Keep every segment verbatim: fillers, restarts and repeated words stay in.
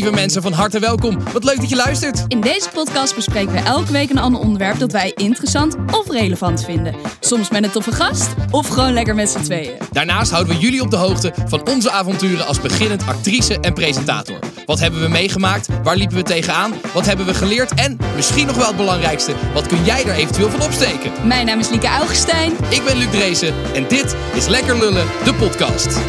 Lieve mensen, van harte welkom. Wat leuk dat je luistert. In deze podcast bespreken we elke week een ander onderwerp dat wij interessant of relevant vinden. Soms met een toffe gast of gewoon lekker met z'n tweeën. Daarnaast houden we jullie op de hoogte van onze avonturen als beginnend actrice en presentator. Wat hebben we meegemaakt? Waar liepen we tegenaan? Wat hebben we geleerd? En misschien nog wel het belangrijkste, wat kun jij er eventueel van opsteken? Mijn naam is Lieke Augustijn. Ik ben Luc Dreesen en dit is Lekker Lullen, de podcast.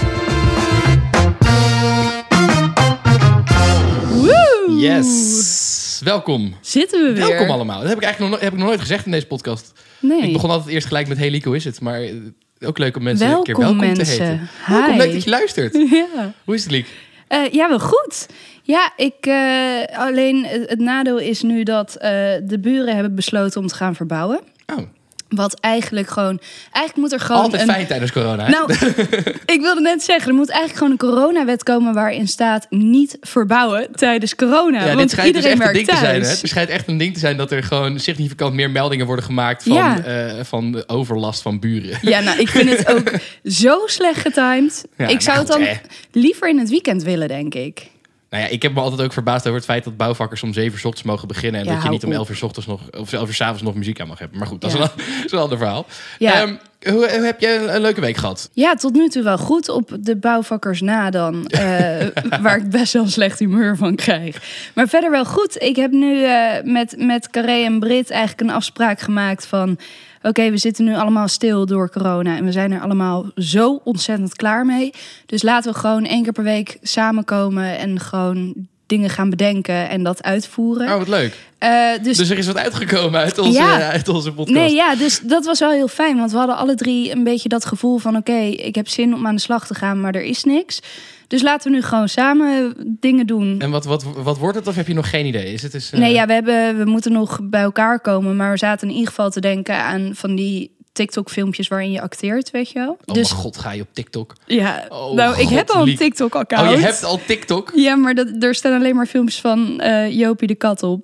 Woe! Yes, welkom. Zitten we weer. Welkom allemaal. Dat heb ik eigenlijk nog, heb ik nog nooit gezegd in deze podcast. Nee. Ik begon altijd eerst gelijk met hey Lieke, hoe is het? Maar ook leuk om mensen welkom, een keer welkom mensen. te heten. Hi. Welkom, leuk dat je luistert. Ja. Hoe is het, Liek? Uh, ja, wel goed. Ja, ik, uh, alleen het, het nadeel is nu dat uh, de buren hebben besloten om te gaan verbouwen. Oh. Wat eigenlijk gewoon... Eigenlijk moet er gewoon Altijd een... fijn tijdens corona. Hè? Nou, ik wilde net zeggen, er moet eigenlijk gewoon een coronawet komen waarin staat niet verbouwen tijdens corona. Ja, want dit schijnt dus iedereen echt een werkt ding te thuis. zijn. Hè? Het schijnt echt een ding te zijn dat er gewoon significant meer meldingen worden gemaakt van, Ja. uh, van de overlast van buren. Ja, nou, ik vind het ook zo slecht getimed. Ja, ik zou nou het dan goed, liever in het weekend willen, denk ik. Nou ja, ik heb me altijd ook verbaasd over het feit dat bouwvakkers om zeven uur 's ochtends mogen beginnen. En Ja, dat je hou niet om op. elf uur 's ochtends nog, of elf uur 's avonds nog muziek aan mag hebben. Maar goed, dat Ja. is, een, dat is een ander verhaal. Ja. Um, hoe, hoe heb je een, een leuke week gehad? Ja, tot nu toe wel goed. Op de bouwvakkers na dan. Uh, waar ik best wel een slecht humeur van krijg. Maar verder wel goed. Ik heb nu uh, met, met Carré en Brit eigenlijk een afspraak gemaakt van... Oké, okay, we zitten nu allemaal stil door corona. En we zijn er allemaal zo ontzettend klaar mee. Dus laten we gewoon één keer per week samenkomen en gewoon dingen gaan bedenken en dat uitvoeren. Oh, wat leuk. Uh, dus, Dus er is wat uitgekomen uit onze, Ja. uit onze podcast. Nee, ja, dus dat was wel heel fijn. Want we hadden alle drie een beetje dat gevoel van... oké, okay, ik heb zin om aan de slag te gaan, maar er is niks. Dus laten we nu gewoon samen dingen doen. En wat, wat, wat wordt het of heb je nog geen idee? Is het dus, uh... Nee, ja, we, hebben, we moeten nog bij elkaar komen. Maar we zaten in ieder geval te denken aan van die TikTok-filmpjes waarin je acteert, weet je wel. Oh dus, mijn god, ga je op TikTok? Ja, Oh, nou, ik God, heb al een Liek. TikTok-account. Oh, je hebt al TikTok? Ja, maar dat, er staan alleen maar filmpjes van uh, Jopie de kat op.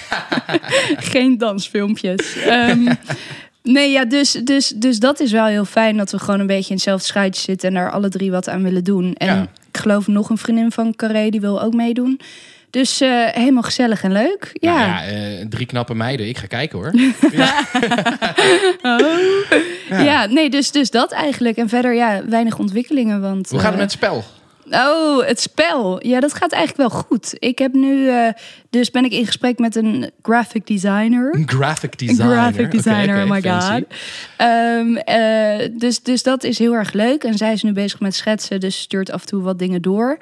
Geen dansfilmpjes. Um, nee, ja, dus, dus, dus dat is wel heel fijn dat we gewoon een beetje in hetzelfde schuitje zitten en daar alle drie wat aan willen doen. En Ja. ik geloof nog een vriendin van Carré, die wil ook meedoen. Dus uh, helemaal gezellig en leuk. Ja, Nou ja, uh, drie knappe meiden. Ik ga kijken hoor. Ja. oh. ja. ja, nee, dus, dus dat eigenlijk. En verder, ja, weinig ontwikkelingen. Want, Hoe gaat het uh, met het spel? Oh, het spel. Ja, dat gaat eigenlijk wel goed. Ik heb nu, uh, dus ben ik in gesprek met een graphic designer. Een graphic designer. Een graphic designer, okay, okay, oh my fancy. god. Um, uh, dus, dus dat is heel erg leuk. En zij is nu bezig met schetsen, dus stuurt af en toe wat dingen door.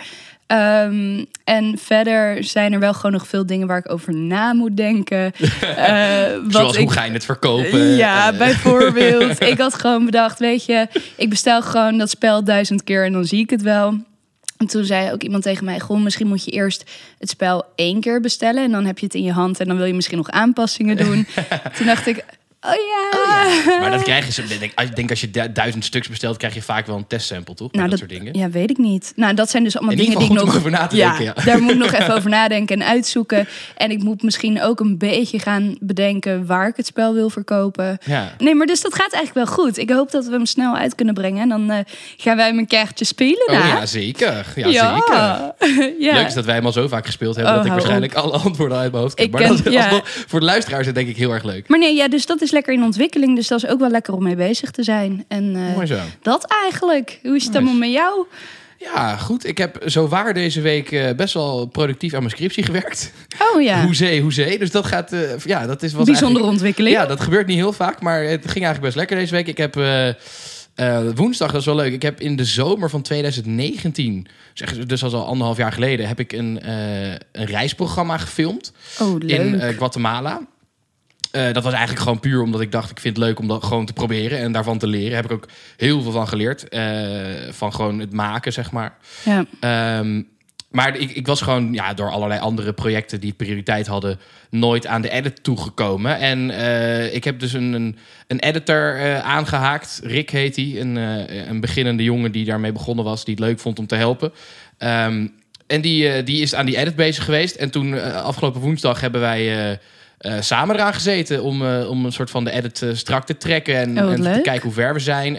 Um, en verder zijn er wel gewoon nog veel dingen waar ik over na moet denken. Uh, wat Zoals ik, hoe ga je het verkopen? Ja, uh, bijvoorbeeld. Ik had gewoon bedacht, weet je, ik bestel gewoon dat spel duizend keer en dan zie ik het wel. En toen zei ook iemand tegen mij, goh, misschien moet je eerst het spel één keer bestellen en dan heb je het in je hand en dan wil je misschien nog aanpassingen doen. Toen dacht ik, oh ja. Oh ja. Maar dat krijg je, ik denk als je duizend stuks bestelt, krijg je vaak wel een testsample, toch? Nou, dat, dat soort dingen. Ja, weet ik niet. Nou, dat zijn dus allemaal In dingen ieder die ik geval nog goed om over na te ja, denken, ja. Daar moet ik nog even over nadenken en uitzoeken. En ik moet misschien ook een beetje gaan bedenken waar ik het spel wil verkopen. Ja. Nee, maar dus dat gaat eigenlijk wel goed. Ik hoop dat we hem snel uit kunnen brengen. En dan uh, gaan wij mijn kaartje spelen. Oh na. ja, zeker. Ja, Ja. zeker. Ja. Leuk is dat wij hem al zo vaak gespeeld hebben Oh, dat ik hou waarschijnlijk alle antwoorden uit mijn hoofd heb. Ik Maar ken- dat is ja. alsnog voor de luisteraars is het denk ik heel erg leuk. Maar nee, ja, dus dat is lekker in ontwikkeling. Dus dat is ook wel lekker om mee bezig te zijn. En uh, Mooi zo. dat eigenlijk. Hoe is het Nice. allemaal met jou? Ja, goed. Ik heb zowaar deze week uh, best wel productief aan mijn scriptie gewerkt. Oh ja, Hoezee, hoezee. Dus dat gaat, uh, ja, dat is wat bijzondere ontwikkeling. Ja, dat gebeurt niet heel vaak, maar het ging eigenlijk best lekker deze week. Ik heb uh, uh, woensdag, dat is wel leuk. Ik heb in de zomer van twintig negentien, dus al anderhalf jaar geleden, heb ik een, uh, een reisprogramma gefilmd Oh, leuk. in uh, Guatemala. Uh, dat was eigenlijk gewoon puur omdat ik dacht, ik vind het leuk om dat gewoon te proberen en daarvan te leren. Heb ik ook heel veel van geleerd. Uh, van gewoon het maken, zeg maar. Ja. Um, maar ik, ik was gewoon ja, door allerlei andere projecten die prioriteit hadden, nooit aan de edit toegekomen. En uh, ik heb dus een, een, een editor uh, aangehaakt. Rick heet hij. Een, uh, een beginnende jongen die daarmee begonnen was, die het leuk vond om te helpen. Um, en die, uh, die is aan die edit bezig geweest. En toen uh, afgelopen woensdag hebben wij Uh, Uh, samen eraan gezeten om, uh, om een soort van de edit uh, strak te trekken en, oh, en te leuk. kijken hoe ver we zijn. En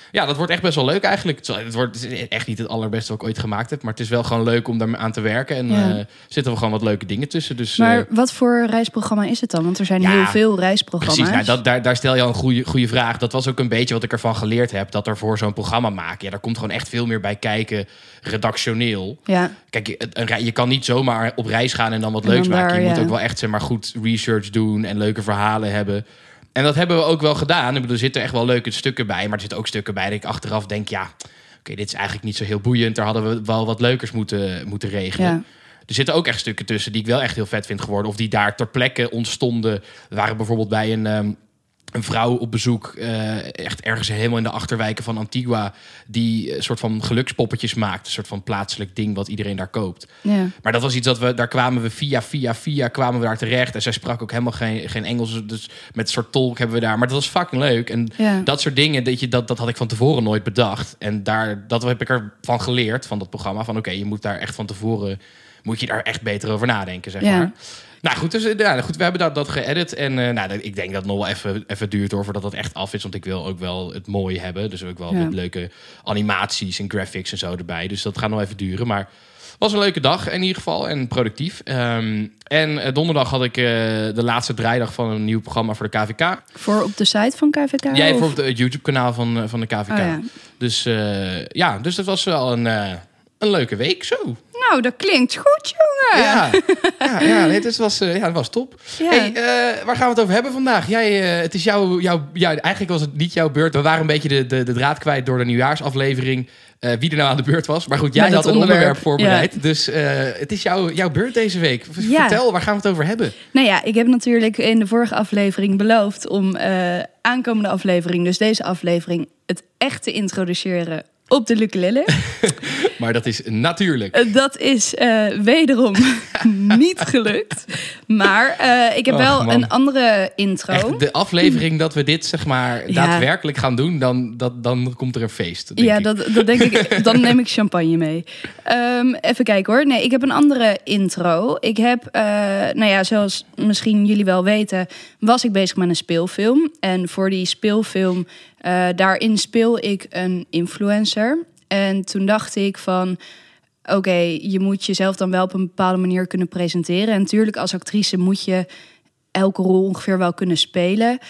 ja, dat wordt echt best wel leuk eigenlijk. Het, wordt, het is echt niet het allerbeste wat ik ooit gemaakt heb. Maar het is wel gewoon leuk om daar aan te werken. En ja. uh, zitten we gewoon wat leuke dingen tussen. Dus, maar uh, wat voor reisprogramma is het dan? Want er zijn ja, heel veel reisprogramma's. Precies, nou, dat, daar, daar stel je al een goede, goede vraag. Dat was ook een beetje wat ik ervan geleerd heb. Dat er voor zo'n programma maken, ja, daar komt gewoon echt veel meer bij kijken. Redactioneel. Ja. Kijk, een, je kan niet zomaar op reis gaan en dan wat en leuks dan maken. Daar, je ja. moet ook wel echt zeg maar, goed research doen en leuke verhalen hebben. En dat hebben we ook wel gedaan. Ik bedoel, er zitten echt wel leuke stukken bij. Maar er zitten ook stukken bij dat ik achteraf denk... ja, oké, okay, dit is eigenlijk niet zo heel boeiend. Daar hadden we wel wat leukers moeten, moeten regelen. Ja. Er zitten ook echt stukken tussen die ik wel echt heel vet vind geworden. Of die daar ter plekke ontstonden. We waren bijvoorbeeld bij een... Um, Een vrouw op bezoek, uh, echt ergens helemaal in de achterwijken van Antigua... die een soort van gelukspoppetjes maakt. Een soort van plaatselijk ding wat iedereen daar koopt. Ja. Maar dat was iets dat we... Daar kwamen we via, via, via kwamen we daar terecht. En zij sprak ook helemaal geen, geen Engels. Dus met een soort tolk hebben we daar... Maar dat was fucking leuk. En ja. dat soort dingen, dat, je, dat, dat had ik van tevoren nooit bedacht. En daar, dat heb ik ervan geleerd, van dat programma. Van oké, okay, je moet daar echt van tevoren... moet je daar echt beter over nadenken, zeg ja. maar. Nou goed, dus, ja, goed, we hebben dat, dat geëdit. En uh, nou, ik denk dat het nog wel even, even duurt hoor, voordat dat echt af is. Want ik wil ook wel het mooi hebben. Dus ook wel ja. met leuke animaties en graphics en zo erbij. Dus dat gaat nog even duren. Maar het was een leuke dag in ieder geval. En productief. Um, en uh, donderdag had ik uh, de laatste draaidag van een nieuw programma voor de K V K. Voor op de site van K V K? Ja, voor op het YouTube-kanaal van, uh, van de K V K. Oh, ja. Dus uh, ja, dus dat was wel een, uh, een leuke week zo. Nou, dat klinkt goed, jongen. Ja, ja, ja nee, het, was, uh, ja, het was top. Ja. Hey, uh, waar gaan we het over hebben vandaag? Jij, uh, het is jouw, jouw, jouw, eigenlijk was het niet jouw beurt. We waren een beetje de, de, de draad kwijt door de nieuwjaarsaflevering. Uh, wie er nou aan de beurt was. Maar goed, jij had een onderwerp, onderwerp voorbereid. Ja. Dus uh, het is jouw, jouw beurt deze week. Ja. Vertel, waar gaan we het over hebben? Nou ja, ik heb natuurlijk in de vorige aflevering beloofd... om uh, aankomende aflevering, dus deze aflevering... het echt te introduceren op de ukulele. Maar dat is natuurlijk. Dat is uh, wederom niet gelukt. Maar uh, ik heb Och, wel man. een andere intro. Echt, de aflevering dat we dit zeg maar ja. daadwerkelijk gaan doen, dan, dat, dan komt er een feest. Denk ja, ik. Dat, dat denk ik. Dan neem ik champagne mee. Um, even kijken hoor. Nee, ik heb een andere intro. Ik heb, uh, nou ja, zoals misschien jullie wel weten, was ik bezig met een speelfilm. En voor die speelfilm, uh, daarin speel ik een influencer. En toen dacht ik van, oké, okay, je moet jezelf dan wel op een bepaalde manier kunnen presenteren. En natuurlijk als actrice moet je elke rol ongeveer wel kunnen spelen.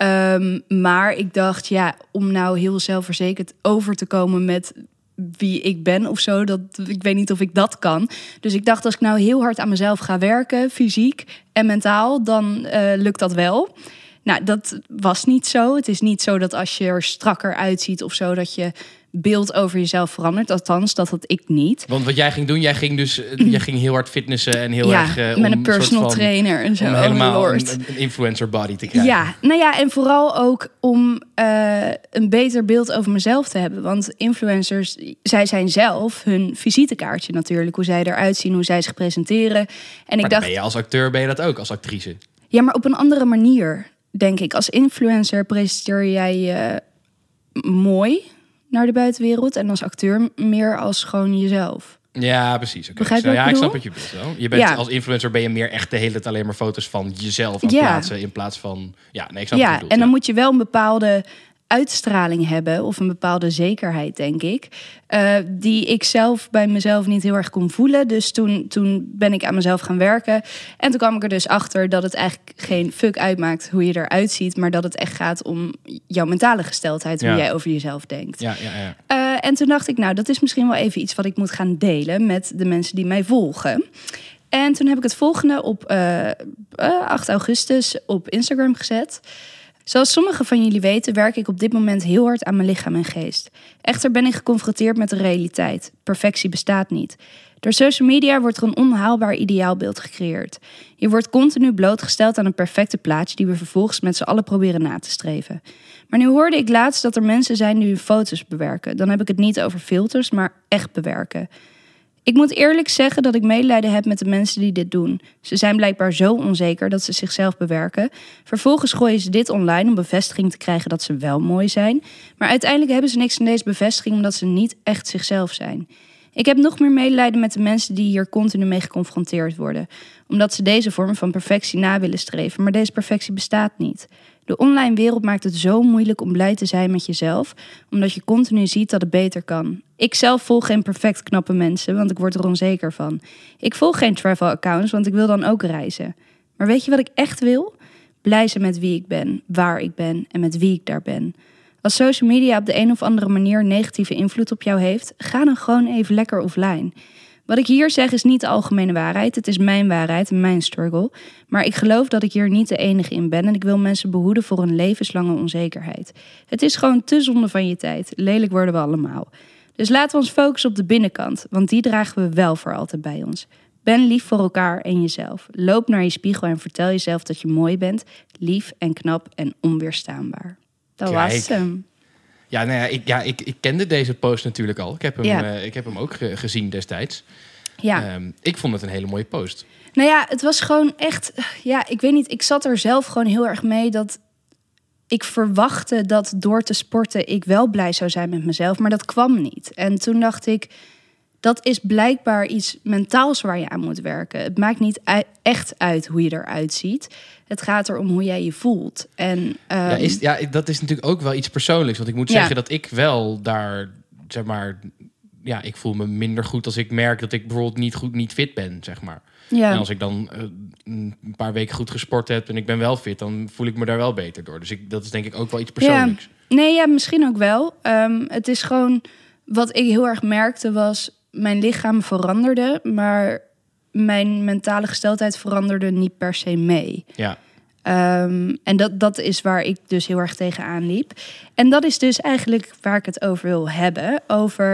Um, maar ik dacht, ja, om nou heel zelfverzekerd over te komen met wie ik ben of zo, dat, ik weet niet of ik dat kan. Dus ik dacht, als ik nou heel hard aan mezelf ga werken, fysiek en mentaal, dan uh, lukt dat wel. Nou, dat was niet zo. Het is niet zo dat als je er strakker uitziet of zo, dat je beeld over jezelf verandert. Althans, dat had ik niet. Want wat jij ging doen, jij ging dus jij ging heel hard fitnessen en heel ja, erg... Uh, om met een personal van, trainer en zo. Om helemaal een, een influencer body te krijgen. Ja, nou ja, en vooral ook om uh, een beter beeld over mezelf te hebben. Want influencers, zij zijn zelf hun visitekaartje natuurlijk. Hoe zij eruit zien, hoe zij zich presenteren. En maar ik dacht, ben je als acteur, ben je dat ook als actrice? Ja, maar op een andere manier, denk ik. Als influencer presenteer jij je mooi naar de buitenwereld en als acteur meer als gewoon jezelf. Ja, precies. Okay. Begrijp je so, wat ja, ik ik snap wat je bedoelt. Wel. Je bent ja. als influencer ben je meer echt de hele tijd alleen maar foto's van jezelf aan ja. plaatsen in plaats van ja, nee, ik snap ja, wat je bedoelt. En dan ja. moet je wel een bepaalde uitstraling hebben of een bepaalde zekerheid, denk ik, uh, die ik zelf bij mezelf niet heel erg kon voelen. Dus toen, toen ben ik aan mezelf gaan werken. En toen kwam ik er dus achter dat het eigenlijk geen fuck uitmaakt hoe je eruit ziet, maar dat het echt gaat om jouw mentale gesteldheid, hoe ja. jij over jezelf denkt. Ja, ja, ja. Uh, en toen dacht ik, nou, dat is misschien wel even iets wat ik moet gaan delen met de mensen die mij volgen. En toen heb ik het volgende op uh, uh, acht augustus op Instagram gezet. Zoals sommigen van jullie weten, werk ik op dit moment heel hard aan mijn lichaam en geest. Echter ben ik geconfronteerd met de realiteit. Perfectie bestaat niet. Door social media wordt er een onhaalbaar ideaalbeeld gecreëerd. Je wordt continu blootgesteld aan een perfecte plaatje die we vervolgens met z'n allen proberen na te streven. Maar nu hoorde ik laatst dat er mensen zijn die hun foto's bewerken. Dan heb ik het niet over filters, maar echt bewerken. Ik moet eerlijk zeggen dat ik medelijden heb met de mensen die dit doen. Ze zijn blijkbaar zo onzeker dat ze zichzelf bewerken. Vervolgens gooien ze dit online om bevestiging te krijgen dat ze wel mooi zijn. Maar uiteindelijk hebben ze niks aan deze bevestiging omdat ze niet echt zichzelf zijn. Ik heb nog meer medelijden met de mensen die hier continu mee geconfronteerd worden. Omdat ze deze vorm van perfectie na willen streven, maar deze perfectie bestaat niet. De online wereld maakt het zo moeilijk om blij te zijn met jezelf, omdat je continu ziet dat het beter kan. Ik zelf volg geen perfect knappe mensen, want ik word er onzeker van. Ik volg geen travel accounts, want ik wil dan ook reizen. Maar weet je wat ik echt wil? Blij zijn met wie ik ben, waar ik ben en met wie ik daar ben. Als social media op de een of andere manier negatieve invloed op jou heeft, ga dan gewoon even lekker offline. Wat ik hier zeg is niet de algemene waarheid. Het is mijn waarheid en mijn struggle. Maar ik geloof dat ik hier niet de enige in ben en ik wil mensen behoeden voor een levenslange onzekerheid. Het is gewoon te zonde van je tijd. Lelijk worden we allemaal. Dus laten we ons focussen op de binnenkant, want die dragen we wel voor altijd bij ons. Ben lief voor elkaar en jezelf. Loop naar je spiegel en vertel jezelf dat je mooi bent, lief en knap en onweerstaanbaar. Dat Kijk. was hem. Ja, nou ja, ik, ja ik, ik kende deze post natuurlijk al. Ik heb hem, Ja. uh, ik heb hem ook ge- gezien destijds. Ja. Um, ik vond het een hele mooie post. Nou ja, het was gewoon echt... Ja, ik weet niet, ik zat er zelf gewoon heel erg mee dat... Ik verwachtte dat door te sporten ik wel blij zou zijn met mezelf, maar dat kwam niet. En toen dacht ik, dat is blijkbaar iets mentaals waar je aan moet werken. Het maakt niet u- echt uit hoe je eruit ziet. Het gaat erom hoe jij je voelt. En, um, Ja, is, ja, dat is natuurlijk ook wel iets persoonlijks. Want ik moet Ja. zeggen dat ik wel daar, zeg maar... Ja, ik voel me minder goed als ik merk dat ik bijvoorbeeld niet goed, niet fit ben, zeg maar. ja. En als ik dan uh, een paar weken goed gesport heb en ik ben wel fit, dan voel ik me daar wel beter door. Dus ik, dat is denk ik ook wel iets persoonlijks. Ja. Nee, ja, misschien ook wel. Um, het is gewoon, wat ik heel erg merkte was, mijn lichaam veranderde, maar mijn mentale gesteldheid veranderde niet per se mee. Ja. Um, en dat, dat is waar ik dus heel erg tegenaan liep. En dat is dus eigenlijk waar ik het over wil hebben. Over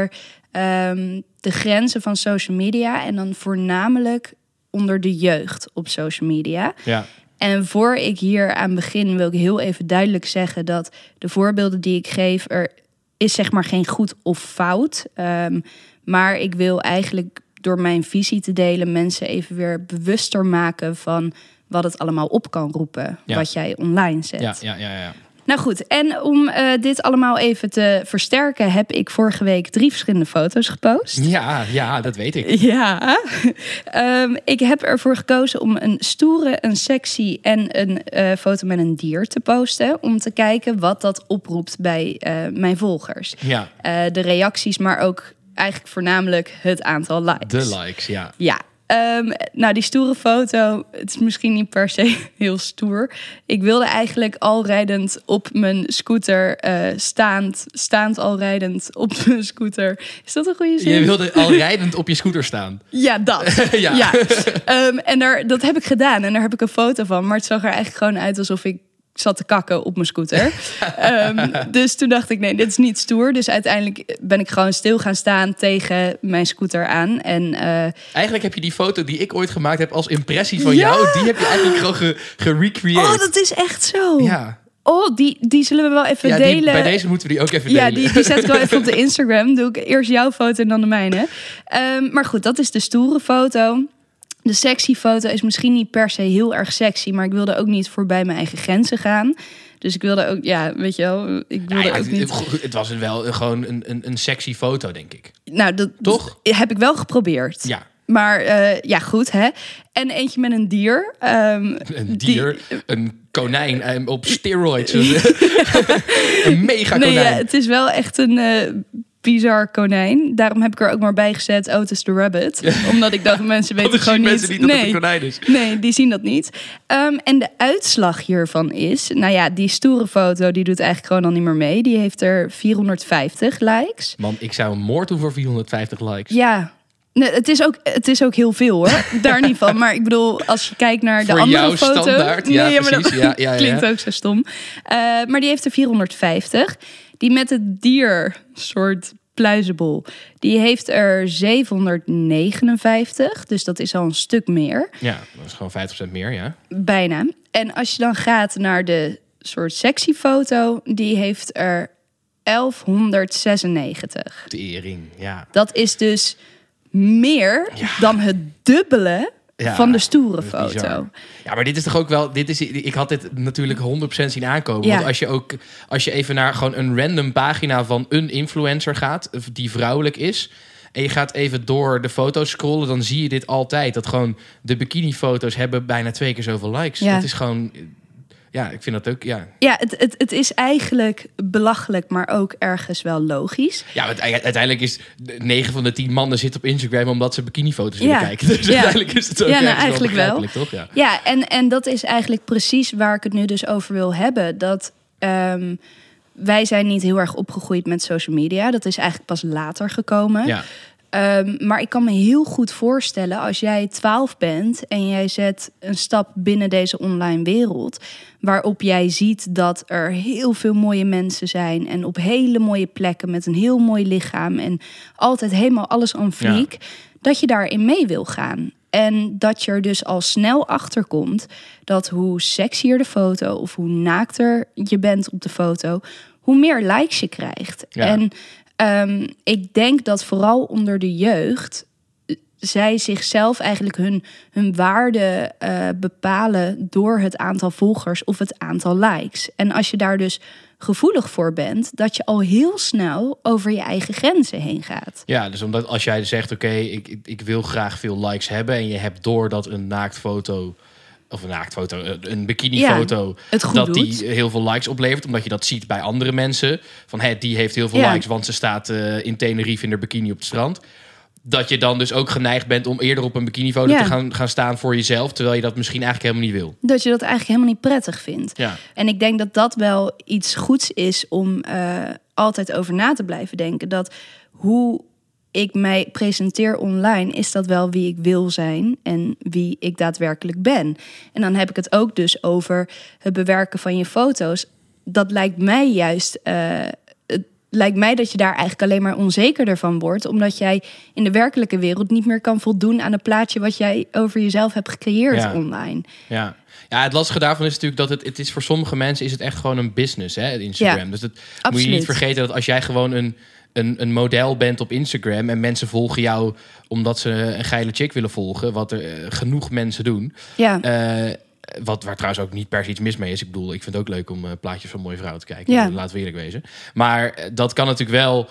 um, de grenzen van social media. En dan voornamelijk onder de jeugd op social media. Ja. En voor ik hier aan begin wil ik heel even duidelijk zeggen dat de voorbeelden die ik geef, er is zeg maar geen goed of fout. Um, maar ik wil eigenlijk door mijn visie te delen mensen even weer bewuster maken van wat het allemaal op kan roepen, Ja. wat jij online zet. Ja, ja, ja, ja. Nou goed, en om uh, dit allemaal even te versterken, heb ik vorige week drie verschillende foto's gepost. Ja, ja, dat weet ik. Ja, um, ik heb ervoor gekozen om een stoere, een sexy en een uh, foto met een dier te posten. Om te kijken wat dat oproept bij uh, mijn volgers. Ja, Uh, de reacties, maar ook eigenlijk voornamelijk het aantal likes. de likes, ja. Ja. Um, nou, die stoere foto, het is misschien niet per se heel stoer. Ik wilde eigenlijk al rijdend op mijn scooter, uh, staand, staand al rijdend op mijn scooter. Is dat een goede zin? Je wilde al rijdend op je scooter staan. Ja, dat. Ja. ja. Um, en daar, dat heb ik gedaan en daar heb ik een foto van. Maar het zag er eigenlijk gewoon uit alsof ik zat te kakken op mijn scooter. um, dus toen dacht ik, nee, dit is niet stoer. Dus uiteindelijk ben ik gewoon stil gaan staan tegen mijn scooter aan. En uh, Eigenlijk heb je die foto die ik ooit gemaakt heb als impressie van Ja! jou, die heb je eigenlijk gewoon ge- gerecreëerd. oh, dat is echt zo. Ja, Oh, die, die zullen we wel even ja die, delen. bij deze moeten we die ook even Ja, delen. die, die zet ik wel even op de Instagram. Doe ik eerst jouw foto en dan de mijne. Um, maar goed, dat is de stoere foto. De sexy foto is misschien niet per se heel erg sexy, maar ik wilde ook niet voorbij mijn eigen grenzen gaan. Dus ik wilde ook, ja, weet je wel, ik Ja, wilde ja, ook het, niet. het- het was wel gewoon een, een, een sexy foto, denk ik. Nou, dat, Toch? dat heb ik wel geprobeerd. Ja, Maar uh, ja, goed, hè. En eentje met een dier. Um, een die- dier, een konijn eh, op steroids. Een mega Nee, konijn. ja, het is wel echt een uh, bizar konijn. Daarom heb ik er ook maar bij gezet Otis the Rabbit. Omdat ik dacht, mensen weten Anders gewoon zien niet. mensen niet dat het nee, een konijn is. nee, die zien dat niet. Um, en de uitslag hiervan is... Nou ja, die stoere foto, die doet eigenlijk gewoon al niet meer mee. Die heeft er vierhonderdvijftig likes. Man, ik zou een moord doen voor vierhonderdvijftig likes. Ja, nee, het, is ook, het is ook heel veel hoor. Daar niet van. Maar ik bedoel, als je kijkt naar de Voor andere jouw foto... standaard, ja, maar dat precies. Ja, ja, ja. klinkt ook zo stom. Uh, maar die heeft er vierhonderdvijftig. Die met het dier, soort pluizebol, die heeft er zevenhonderdnegenenvijftig. Dus dat is al een stuk meer. Ja, dat is gewoon vijftig procent meer, ja. Bijna. En als je dan gaat naar de soort sexy foto, die heeft er elfhonderdzesennegentig. Tering, ja. Dat is dus meer Ja. dan het dubbele Ja, van de stoere dat is foto. bizar. Ja, maar dit is toch ook wel... Dit is, ik had dit natuurlijk honderd procent zien aankomen. Ja. Want als je ook... Als je even naar gewoon een random pagina van een influencer gaat... die vrouwelijk is... en je gaat even door de foto's scrollen... dan zie je dit altijd. Dat gewoon de bikini-foto's hebben bijna twee keer zoveel likes. Ja. Dat is gewoon... ja, ik vind dat ook, ja. Ja, het, het, het is eigenlijk belachelijk, maar ook ergens wel logisch. Ja, want uiteindelijk is negen van de tien mannen zitten op Instagram omdat ze bikinifoto's willen Ja. kijken. Dus Ja. uiteindelijk is het ook Ja, nou, ergens eigenlijk wel. begrijpelijk, toch? Ja. Ja, en, en dat is eigenlijk precies waar ik het nu dus over wil hebben. Dat um, wij zijn niet heel erg opgegroeid met social media. Dat is eigenlijk pas later gekomen. Ja. Um, maar ik kan me heel goed voorstellen als jij twaalf bent en jij zet een stap binnen deze online wereld, waarop jij ziet dat er heel veel mooie mensen zijn en op hele mooie plekken met een heel mooi lichaam en altijd helemaal alles aan fliek, ja. dat je daarin mee wil gaan. En dat je er dus al snel achter komt dat hoe sexier de foto of hoe naakter je bent op de foto, hoe meer likes je krijgt. Ja. En Um, ik denk dat vooral onder de jeugd zij zichzelf eigenlijk hun, hun waarde uh, bepalen door het aantal volgers of het aantal likes. En als je daar dus gevoelig voor bent, dat je al heel snel over je eigen grenzen heen gaat. Ja, dus omdat als jij zegt, oké, okay, ik, ik, ik wil graag veel likes hebben en je hebt door dat een naaktfoto of een naaktfoto, een bikinifoto, ja, dat doet. die heel veel likes oplevert, omdat je dat ziet bij andere mensen. Van, hé, die heeft heel veel ja. likes, want ze staat uh, in Tenerife in haar bikini op het strand. Dat je dan dus ook geneigd bent om eerder op een bikinifoto ja. te gaan, gaan staan voor jezelf, terwijl je dat misschien eigenlijk helemaal niet wil. Dat je dat eigenlijk helemaal niet prettig vindt. Ja. En ik denk dat dat wel iets goeds is om uh, altijd over na te blijven denken. Dat hoe ik mij presenteer online, is dat wel wie ik wil zijn en wie ik daadwerkelijk ben. En dan heb ik het ook dus over het bewerken van je foto's. Dat lijkt mij juist, uh, het lijkt mij dat je daar eigenlijk alleen maar onzekerder van wordt, omdat jij in de werkelijke wereld niet meer kan voldoen aan het plaatje wat jij over jezelf hebt gecreëerd ja. online. Ja. Ja, het lastige daarvan is natuurlijk dat het, het is voor sommige mensen is het echt gewoon een business, hè, Instagram. Ja, dus dat absoluut. Moet je niet vergeten dat als jij gewoon een Een, een model bent op Instagram en mensen volgen jou omdat ze een geile chick willen volgen, wat er uh, genoeg mensen doen. Ja. Uh, wat waar trouwens ook niet per se iets mis mee is. Ik bedoel, ik vind het ook leuk om uh, plaatjes van mooie vrouwen te kijken. Ja. Laten we eerlijk wezen. Maar uh, dat kan natuurlijk wel.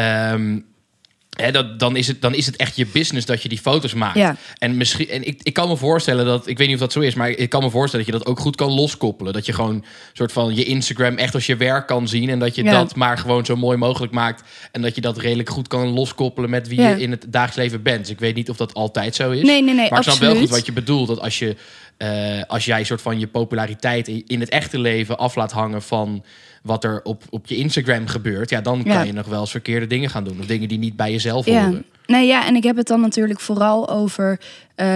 Um, He, dat, dan, is het, dan is het echt je business dat je die foto's maakt. Ja. En, misschien, en ik, ik kan me voorstellen dat, ik weet niet of dat zo is, maar ik kan me voorstellen dat je dat ook goed kan loskoppelen. Dat je gewoon soort van je Instagram echt als je werk kan zien. En dat je ja. dat maar gewoon zo mooi mogelijk maakt. En dat je dat redelijk goed kan loskoppelen met wie ja. je in het dagelijks leven bent. Dus ik weet niet of dat altijd zo is. Nee, nee, nee, maar ik absoluut. snap wel goed wat je bedoelt. Dat als je uh, als jij soort van je populariteit in, in het echte leven af laat hangen van wat er op, op je Instagram gebeurt, ja, dan kan ja. je nog wel eens verkeerde dingen gaan doen. Of dingen die niet bij jezelf ja. horen. Nee, ja, en ik heb het dan natuurlijk vooral over uh,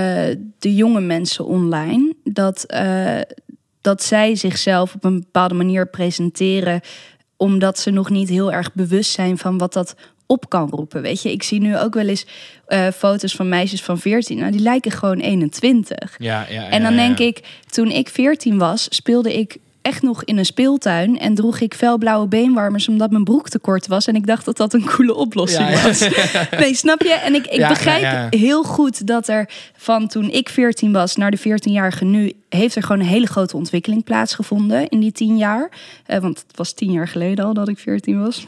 de jonge mensen online. Dat, uh, dat zij zichzelf op een bepaalde manier presenteren, omdat ze nog niet heel erg bewust zijn van wat dat op kan roepen. Weet je, ik zie nu ook wel eens uh, foto's van meisjes van veertien. Nou, die lijken gewoon eenentwintig. Ja, ja, ja, en dan ja, ja. denk ik, toen ik veertien was, speelde ik echt nog in een speeltuin en droeg ik felblauwe beenwarmers omdat mijn broek te kort was en ik dacht dat dat een coole oplossing ja, ja. was. Nee, snap je? En ik, ik Ja, begrijp ja, ja. heel goed dat er van toen ik veertien was naar de veertienjarige nu heeft er gewoon een hele grote ontwikkeling plaatsgevonden in die tien jaar. Uh, want het was tien jaar geleden al dat ik veertien was.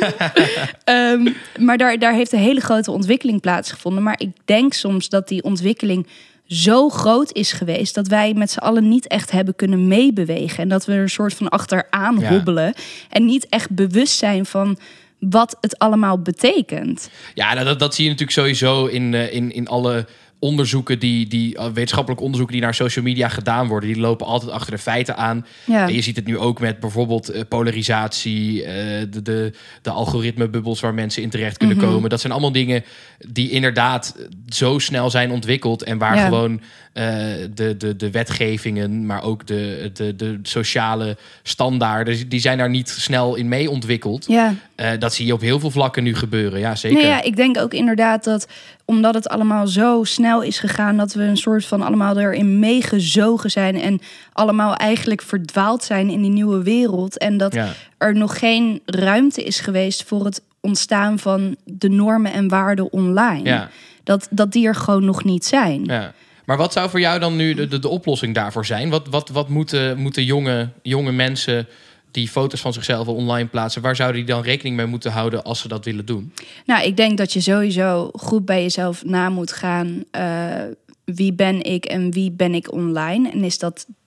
um, maar daar, daar heeft een hele grote ontwikkeling plaatsgevonden. Maar ik denk soms dat die ontwikkeling zo groot is geweest dat wij met z'n allen niet echt hebben kunnen meebewegen. En dat we er een soort van achteraan Ja. hobbelen. En niet echt bewust zijn van wat het allemaal betekent. Ja, nou, dat, dat zie je natuurlijk sowieso in, uh, in, in alle onderzoeken die, die uh, wetenschappelijke onderzoeken die naar social media gedaan worden. Die lopen altijd achter de feiten aan. Ja. En je ziet het nu ook met bijvoorbeeld uh, polarisatie, uh, de, de, de algoritmebubbels waar mensen in terecht kunnen Mhm. komen. Dat zijn allemaal dingen die inderdaad zo snel zijn ontwikkeld en waar Ja. gewoon uh, de, de, de wetgevingen, maar ook de, de, de sociale standaarden, die zijn daar niet snel in mee ontwikkeld. Ja. Uh, dat zie je op heel veel vlakken nu gebeuren. Ja, zeker. Nee, ja, ik denk ook inderdaad dat omdat het allemaal zo snel is gegaan, dat we een soort van allemaal erin meegezogen zijn en allemaal eigenlijk verdwaald zijn in die nieuwe wereld. En dat Ja. er nog geen ruimte is geweest voor het ontstaan van de normen en waarden online. Ja. Dat, dat die er gewoon nog niet zijn. Ja. Maar wat zou voor jou dan nu de, de, de oplossing daarvoor zijn? Wat, wat, wat moeten, moeten jonge, jonge mensen die foto's van zichzelf online plaatsen, waar zouden die dan rekening mee moeten houden als ze dat willen doen? Nou, ik denk dat je sowieso goed bij jezelf na moet gaan. Uh, wie ben ik en wie ben ik online? En is dat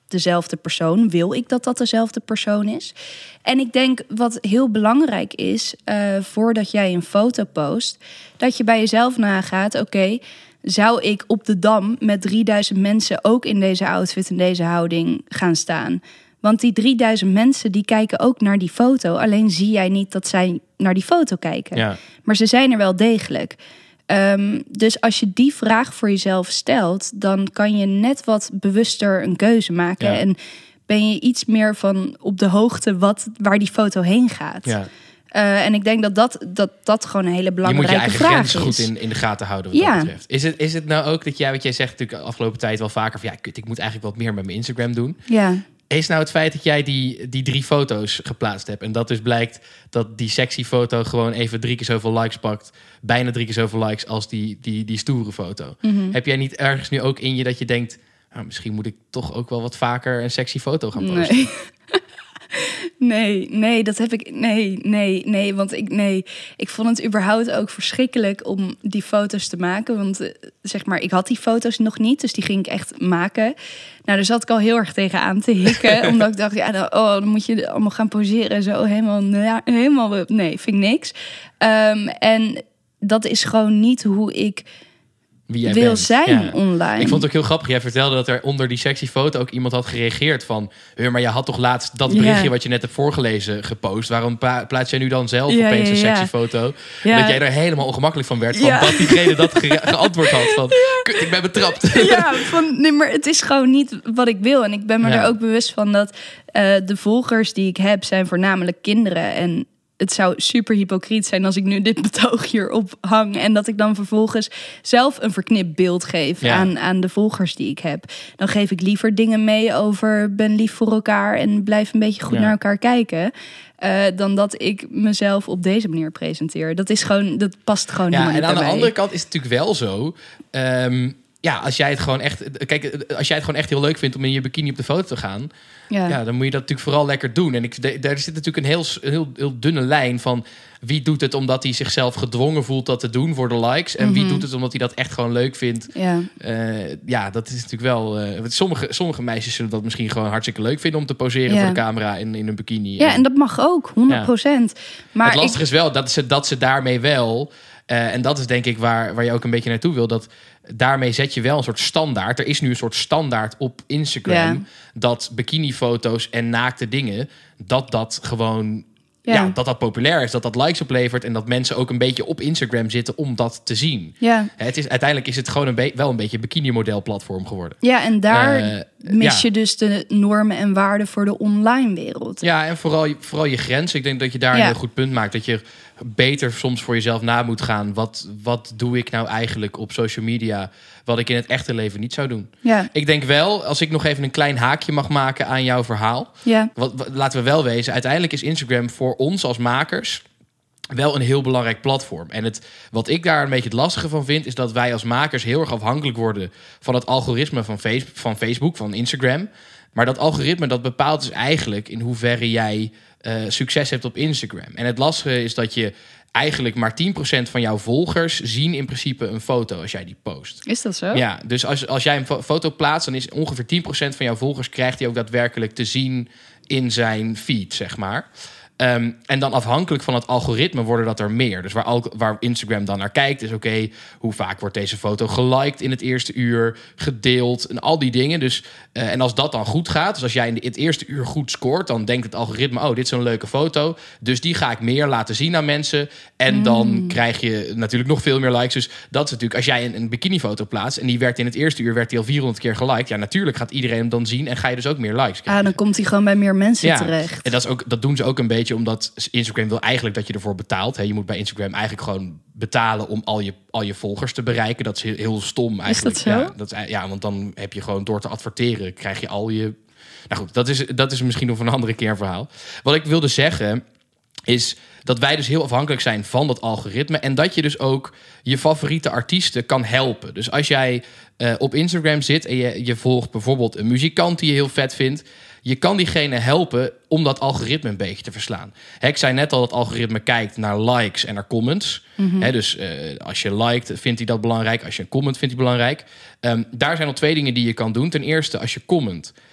dezelfde persoon? Wil ik dat dat dezelfde persoon is? En ik denk wat heel belangrijk is, uh, voordat jij een foto post, dat je bij jezelf nagaat, oké, okay, zou ik op de Dam met drieduizend mensen ook in deze outfit en deze houding gaan staan? Want die drieduizend mensen die kijken ook naar die foto. Alleen zie jij niet dat zij naar die foto kijken. Ja. Maar ze zijn er wel degelijk. Um, dus als je die vraag voor jezelf stelt, dan kan je net wat bewuster een keuze maken. Ja. En ben je iets meer van op de hoogte wat, waar die foto heen gaat. Ja. Uh, en ik denk dat dat, dat dat gewoon een hele belangrijke vraag is. Je moet je eigen grenzen goed in, in de gaten houden wat ja. dat betreft. Is het, is het nou ook dat jij, wat jij zegt natuurlijk de afgelopen tijd wel vaker van ja, kut, ik moet eigenlijk wat meer met mijn Instagram doen. Ja. Is nou het feit dat jij die, die drie foto's geplaatst hebt en dat dus blijkt dat die sexy foto gewoon even drie keer zoveel likes pakt, bijna drie keer zoveel likes als die, die, die stoere foto. Mm-hmm. Heb jij niet ergens nu ook in je dat je denkt, nou, misschien moet ik toch ook wel wat vaker een sexy foto gaan posten? Nee. Nee, nee, dat heb ik. Nee, nee, nee. Want ik, nee, ik vond het überhaupt ook verschrikkelijk om die foto's te maken. Want uh, zeg maar, ik had die foto's nog niet, dus die ging ik echt maken. Nou, daar zat ik al heel erg tegenaan te hikken. Omdat ik dacht, ja, dan, oh, dan moet je allemaal gaan poseren en zo. Helemaal, ja, helemaal, nee, vind ik niks. Um, en dat is gewoon niet hoe ik Wie jij wil bent. zijn Ja. online. Ik vond het ook heel grappig. Jij vertelde dat er onder die sexy foto ook iemand had gereageerd van, maar je had toch laatst dat berichtje ja. wat je net hebt voorgelezen gepost. Waarom pa- plaats jij nu dan zelf ja, opeens ja, een ja. sexy foto? Ja. Dat jij er helemaal ongemakkelijk van werd. Van ja. dat diegene dat ge- geantwoord had van, kut, ik ben betrapt. Ja, van, nee, maar het is gewoon niet wat ik wil. En ik ben me ja. er ook bewust van dat uh, de volgers die ik heb zijn voornamelijk kinderen. En het zou super hypocriet zijn als ik nu dit betoog hierop hang en dat ik dan vervolgens zelf een verknipt beeld geef ja. aan, aan de volgers die ik heb. Dan geef ik liever dingen mee over ben lief voor elkaar en blijf een beetje goed ja. naar elkaar kijken. Uh, dan dat ik mezelf op deze manier presenteer. Dat is gewoon, dat past gewoon ja, niet bij mij. En aan de andere kant is het natuurlijk wel zo. Um, ja, als jij het gewoon echt, kijk, als jij het gewoon echt heel leuk vindt om in je bikini op de foto te gaan, ja, ja dan moet je dat natuurlijk vooral lekker doen. En ik, de, daar zit natuurlijk een heel, heel, heel dunne lijn van wie doet het omdat hij zichzelf gedwongen voelt dat te doen voor de likes, en mm-hmm. wie doet het omdat hij dat echt gewoon leuk vindt. Ja, uh, ja dat is natuurlijk wel. Uh, sommige, sommige meisjes zullen dat misschien gewoon hartstikke leuk vinden om te poseren ja. voor de camera in, in een bikini. Ja, en, en dat mag ook, honderd procent. Ja. Maar het lastige ik... is wel dat ze, dat ze daarmee wel. Uh, en dat is denk ik waar, waar je ook een beetje naartoe wil. Dat daarmee zet je wel een soort standaard. Er is nu een soort standaard op Instagram. Ja. Dat bikinifoto's en naakte dingen, dat dat gewoon ja. Ja, dat dat populair is. Dat dat likes oplevert. En dat mensen ook een beetje op Instagram zitten om dat te zien. Ja. Het is, uiteindelijk is het gewoon een be- wel een beetje een bikini-model platform geworden. Ja, en daar uh, mis ja. je dus de normen en waarden voor de online wereld. Ja, en vooral, vooral je grenzen. Ik denk dat je daar ja. een heel goed punt maakt. Dat je beter soms voor jezelf na moet gaan. Wat, wat doe ik nou eigenlijk op social media wat ik in het echte leven niet zou doen? Ja. Ik denk wel, als ik nog even een klein haakje mag maken aan jouw verhaal. Ja. Wat, wat, laten we wel wezen, uiteindelijk is Instagram voor ons als makers wel een heel belangrijk platform. En het, wat ik daar een beetje het lastige van vind, is dat wij als makers heel erg afhankelijk worden van het algoritme van, face, van Facebook, van Instagram. Maar dat algoritme, dat bepaalt dus eigenlijk in hoeverre jij uh, succes hebt op Instagram. En het lastige is dat je eigenlijk maar tien procent van jouw volgers zien in principe een foto als jij die post. Is dat zo? Ja, dus als, als jij een fo- foto plaatst, dan is ongeveer tien procent van jouw volgers krijgt hij ook daadwerkelijk te zien in zijn feed, zeg maar. Um, en dan afhankelijk van het algoritme worden dat er meer. Dus waar, al, waar Instagram dan naar kijkt is... oké, okay, hoe vaak wordt deze foto geliked in het eerste uur, gedeeld en al die dingen. Dus, uh, en als dat dan goed gaat, dus als jij in de, het eerste uur goed scoort, dan denkt het algoritme, oh, dit is een leuke foto. Dus die ga ik meer laten zien aan mensen. En mm. dan krijg je natuurlijk nog veel meer likes. Dus dat is natuurlijk, als jij een, een bikinifoto plaatst en die werd in het eerste uur werd die al vierhonderd keer geliked. Ja, natuurlijk gaat iedereen hem dan zien en ga je dus ook meer likes krijgen. Ah, dan komt hij gewoon bij meer mensen ja. terecht. En dat, is ook, dat doen ze ook een beetje omdat Instagram wil eigenlijk dat je ervoor betaalt. He, je moet bij Instagram eigenlijk gewoon betalen om al je, al je volgers te bereiken. Dat is heel, heel stom eigenlijk. Is dat zo? Ja, dat is, ja, want dan heb je gewoon door te adverteren, krijg je al je... Nou goed, dat is, dat is misschien nog een andere keer een verhaal. Wat ik wilde zeggen is dat wij dus heel afhankelijk zijn van dat algoritme en dat je dus ook je favoriete artiesten kan helpen. Dus als jij uh, op Instagram zit en je, je volgt bijvoorbeeld een muzikant die je heel vet vindt, je kan diegene helpen om dat algoritme een beetje te verslaan. He, ik zei net al, dat algoritme kijkt naar likes en naar comments. Mm-hmm. He, dus uh, als je liked, vindt hij dat belangrijk. Als je een comment vindt hij belangrijk. Um, daar zijn al twee dingen die je kan doen. Ten eerste, als je comment,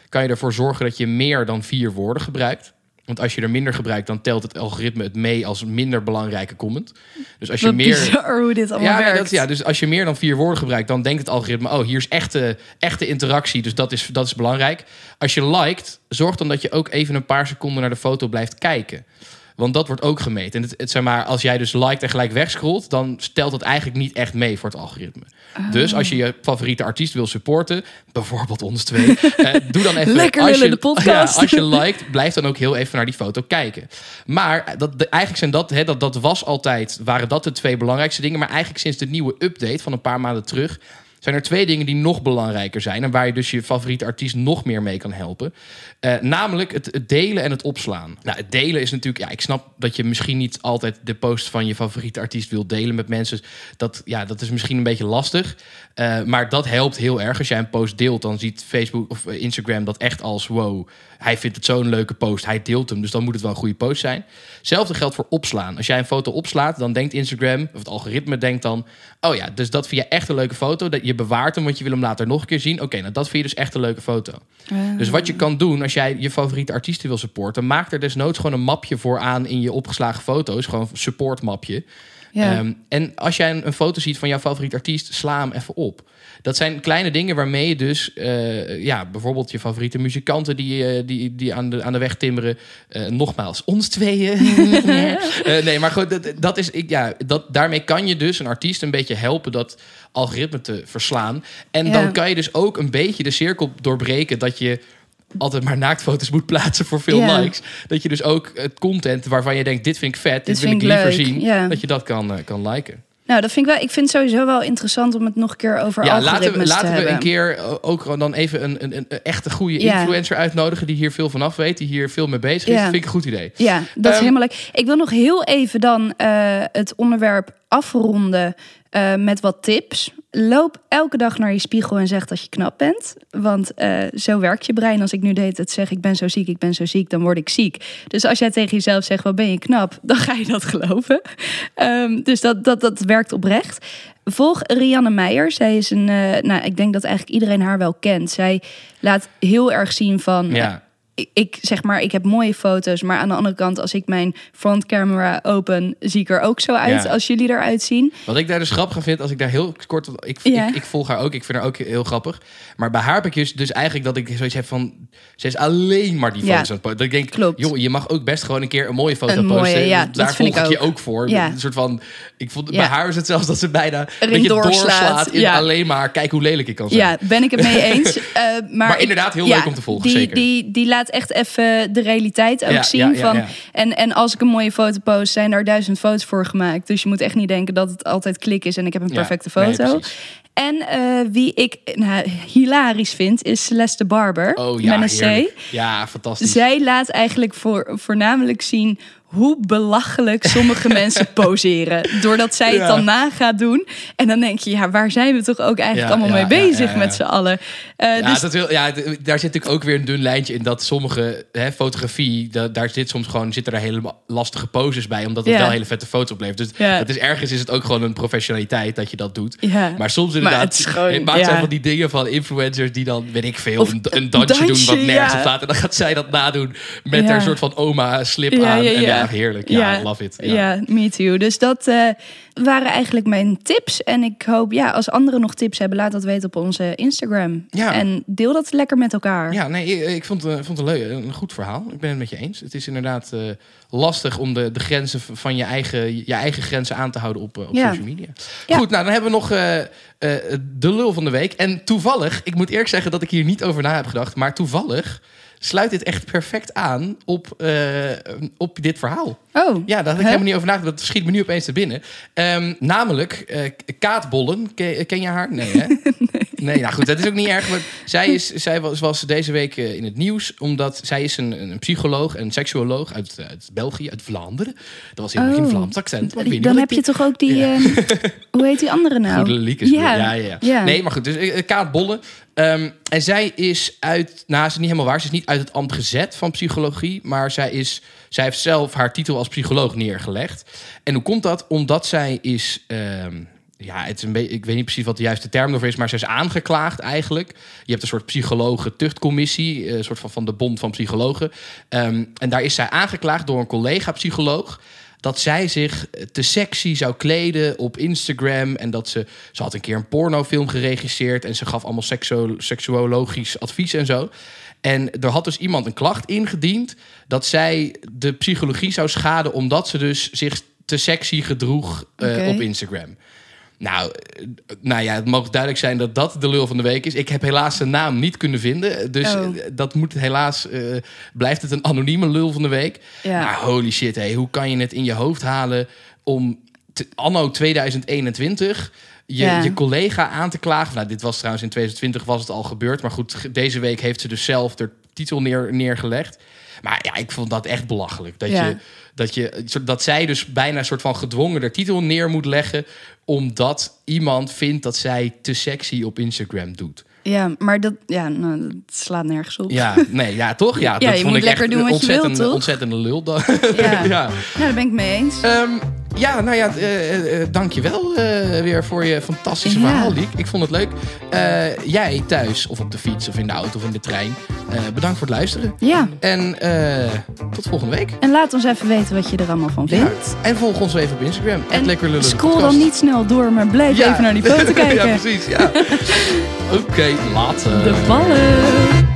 kan je ervoor zorgen dat je meer dan vier woorden gebruikt. Want als je er minder gebruikt, dan telt het algoritme het mee als minder belangrijke comment. Dus als je Wat meer. bizar hoe dit allemaal ja, werkt. dat, ja, dus als je meer dan vier woorden gebruikt, dan denkt het algoritme: oh, hier is echte, echte interactie, dus dat is, dat is belangrijk. Als je liked, zorg dan dat je ook even een paar seconden naar de foto blijft kijken. Want dat wordt ook gemeten. En het, het, zeg maar, als jij dus liked en gelijk wegscrollt, dan stelt het eigenlijk niet echt mee voor het algoritme. Oh. Dus als je je favoriete artiest wil supporten, bijvoorbeeld ons twee, eh, doe dan even. Lekker als lullen je, de podcast. Ja, als je liked, blijf dan ook heel even naar die foto kijken. Maar dat, de, eigenlijk zijn dat, hè, dat, dat was altijd, waren dat de twee belangrijkste dingen. Maar eigenlijk sinds de nieuwe update van een paar maanden terug zijn er twee dingen die nog belangrijker zijn en waar je dus je favoriete artiest nog meer mee kan helpen. Uh, namelijk het, het delen en het opslaan. Nou, het delen is natuurlijk, ja, ik snap dat je misschien niet altijd de post van je favoriete artiest wilt delen met mensen. Dat, ja, dat is misschien een beetje lastig. Uh, maar dat helpt heel erg. Als jij een post deelt, dan ziet Facebook of Instagram dat echt als wow, hij vindt het zo'n leuke post, hij deelt hem, dus dan moet het wel een goede post zijn. Hetzelfde geldt voor opslaan. Als jij een foto opslaat, dan denkt Instagram, of het algoritme denkt dan, oh ja, dus dat vind je echt een leuke foto. Dat je bewaart hem, want je wil hem later nog een keer zien. Oké, okay, nou dat vind je dus echt een leuke foto. Uh. Dus wat je kan doen als jij je favoriete artiesten wil supporten, maak er desnoods gewoon een mapje voor aan in je opgeslagen foto's. Gewoon een support mapje. Ja. Um, en als jij een, een foto ziet van jouw favoriete artiest, sla hem even op. Dat zijn kleine dingen waarmee je dus, uh, ja, bijvoorbeeld je favoriete muzikanten die, uh, die, die aan, de, aan de weg timmeren. Uh, nogmaals, ons tweeën. uh, nee, maar goed, dat, dat is, ja, dat, daarmee kan je dus een artiest een beetje helpen dat algoritme te verslaan. En ja. dan kan je dus ook een beetje de cirkel doorbreken dat je altijd maar naaktfoto's moet plaatsen voor veel yeah. likes. Dat je dus ook het content waarvan je denkt, dit vind ik vet, dit, dit wil ik liever leuk. zien, yeah. dat je dat kan, uh, kan liken. Nou, dat vind ik wel. Ik vind het sowieso wel interessant om het nog een keer over ja, algoritmes laten we, te laten hebben. Laten we een keer ook dan even een, een, een echte goede ja. influencer uitnodigen die hier veel van af weet, die hier veel mee bezig is. Ja. Dat vind ik een goed idee. Ja, dat um, is helemaal leuk. Ik wil nog heel even dan uh, het onderwerp afronden uh, met wat tips. Loop elke dag naar je spiegel en zeg dat je knap bent. Want uh, zo werkt je brein. Als ik nu de hele tijd zeg, ik ben zo ziek, ik ben zo ziek, dan word ik ziek. Dus als jij tegen jezelf zegt, wat ben je knap, dan ga je dat geloven. Um, dus dat, dat, dat werkt oprecht. Volg Rianne Meijer. Zij is een, uh, nou, ik denk dat eigenlijk iedereen haar wel kent. Zij laat heel erg zien van, ja. ik, ik zeg maar, ik heb mooie foto's, maar aan de andere kant, als ik mijn frontcamera open, zie ik er ook zo uit ja. als jullie eruit zien. Wat ik daar dus grappig vind, als ik daar heel kort, ik, ja. ik, ik volg haar ook, ik vind haar ook heel grappig. Maar bij haar heb ik dus, dus eigenlijk dat ik zoiets heb van, ze is alleen maar die foto's ja. aan het posten. Dat ik denk, klopt. Joh, je mag ook best gewoon een keer een mooie foto een posten. Mooie, ja, daar volg ik, ik je ook voor. Ja. Een soort van, ik vond, ja. bij haar is het zelfs dat ze bijna een beetje doorslaat, doorslaat in ja. alleen maar, kijk hoe lelijk ik kan zijn. Ja, ben ik het mee eens. Uh, maar maar inderdaad, heel ik, leuk ja, om te volgen, die, zeker. Die, die laat echt even de realiteit ook ja, zien. Ja, ja, van, ja. En, en als ik een mooie foto post, zijn daar duizend foto's voor gemaakt. Dus je moet echt niet denken dat het altijd klik is en ik heb een perfecte ja, foto. Nee, en uh, wie ik nou, hilarisch vind, is Celeste Barber. Oh ja, met een heerlijk. C. Ja, fantastisch. Zij laat eigenlijk voor, voornamelijk zien hoe belachelijk sommige mensen poseren. Doordat zij het ja. dan na gaat doen. En dan denk je, ja, waar zijn we toch ook eigenlijk ja, allemaal ja, mee bezig ja, ja, ja. met z'n allen? Uh, ja, dus... dat wil, ja, daar zit natuurlijk ook weer een dun lijntje in dat sommige hè, fotografie, da, daar zit soms gewoon zitten er hele lastige poses bij, omdat het ja. wel hele vette foto's oplevert. Dus ja. dat is ergens is het ook gewoon een professionaliteit dat je dat doet. Ja. Maar soms inderdaad, maar het, gewoon, het maakt ja. van die dingen van influencers die dan, weet ik veel, of een, een dansje, dansje doen wat nergens ja. op staat. En dan gaat zij dat nadoen met ja. haar soort van oma slip ja, aan. Ja, ja. En ja, heerlijk. Ja, ja. love it. Ja. ja, me too. Dus dat uh, waren eigenlijk mijn tips. En ik hoop, ja, als anderen nog tips hebben, laat dat weten op onze Instagram. Ja. En deel dat lekker met elkaar. Ja, nee, ik, ik vond, uh, vond het een leuk, een goed verhaal. Ik ben het met je eens. Het is inderdaad uh, lastig om de, de grenzen van je eigen, je eigen grenzen aan te houden op, uh, op ja. social media. Ja. Goed, nou dan hebben we nog uh, uh, de lul van de week. En toevallig, ik moet eerlijk zeggen dat ik hier niet over na heb gedacht, maar toevallig sluit dit echt perfect aan op, uh, op dit verhaal. Oh, ja, daar had ik huh? helemaal niet over nagedacht. Dat schiet me nu opeens te binnen. Um, namelijk, uh, Kaat Bollen. Ken, ken je haar? Nee, hè? nee. nee, nou goed, dat is ook niet erg. Maar zij, is, zij was, was deze week uh, in het nieuws, omdat zij is een, een psycholoog, een seksuoloog uit, uit België, uit Vlaanderen. Dat was heel erg oh. in Vlaams accent. Maar dan dan heb je toch ook die, ja. uh, hoe heet die andere nou? Goede Liekes. Ja. Ja, ja, ja. ja. Nee, maar goed, dus uh, Kaat Bollen. Um, en zij is uit, nou, ze is niet helemaal waar, ze is niet uit het ambt gezet van psychologie, maar zij is, zij heeft zelf haar titel als psycholoog neergelegd. En hoe komt dat? Omdat zij is, um, ja, het is een beetje, ik weet niet precies wat de juiste term ervoor is, maar ze is aangeklaagd eigenlijk. Je hebt een soort psychologen-tuchtcommissie, een soort van, van de Bond van Psychologen. Um, en daar is zij aangeklaagd door een collega-psycholoog dat zij zich te sexy zou kleden op Instagram. En dat ze... Ze had een keer een pornofilm geregisseerd en ze gaf allemaal sekso, seksuologisch advies en zo. En er had dus iemand een klacht ingediend dat zij de psychologie zou schaden omdat ze dus zich te sexy gedroeg uh, Okay. op Instagram. Nou, nou ja, het mag duidelijk zijn dat dat de lul van de week is. Ik heb helaas zijn naam niet kunnen vinden. Dus Oh. dat moet helaas... Uh, blijft het een anonieme lul van de week. Ja. Maar holy shit, hey, hoe kan je het in je hoofd halen om te, anno tweeduizend eenentwintig... Je, Ja. je collega aan te klagen? Nou, dit was trouwens in tweeduizend twintig was het al gebeurd. Maar goed, deze week heeft ze dus zelf de titel neer, neergelegd. Maar ja, ik vond dat echt belachelijk. Dat, Ja. je, dat, je, dat zij dus bijna een soort van gedwongen de titel neer moet leggen, omdat iemand vindt dat zij te sexy op Instagram doet. Ja, maar dat, ja, nou, dat slaat nergens op. Ja, nee, ja, toch? Ja, Ja, dat je vond moet ik lekker echt doen een wat je wilt, ontzettende, toch? ontzettende lul. Dan. Ja. ja. Nou, daar ben ik mee eens. Um, ja, nou ja, uh, uh, dankjewel uh, weer voor je fantastische Ja. verhaal, Liek. Ik vond het leuk. Uh, jij thuis, of op de fiets, of in de auto, of in de trein. Uh, bedankt voor het luisteren. Ja, En uh, tot volgende week. en laat ons even weten wat je er allemaal van Ja, vindt. en volg ons even op Instagram. En Lekker Lullen, de scroll podcast. dan niet snel door, maar blijf Ja. even naar die foto kijken. Ja, precies. Ja. Oké, okay, later. De ballen.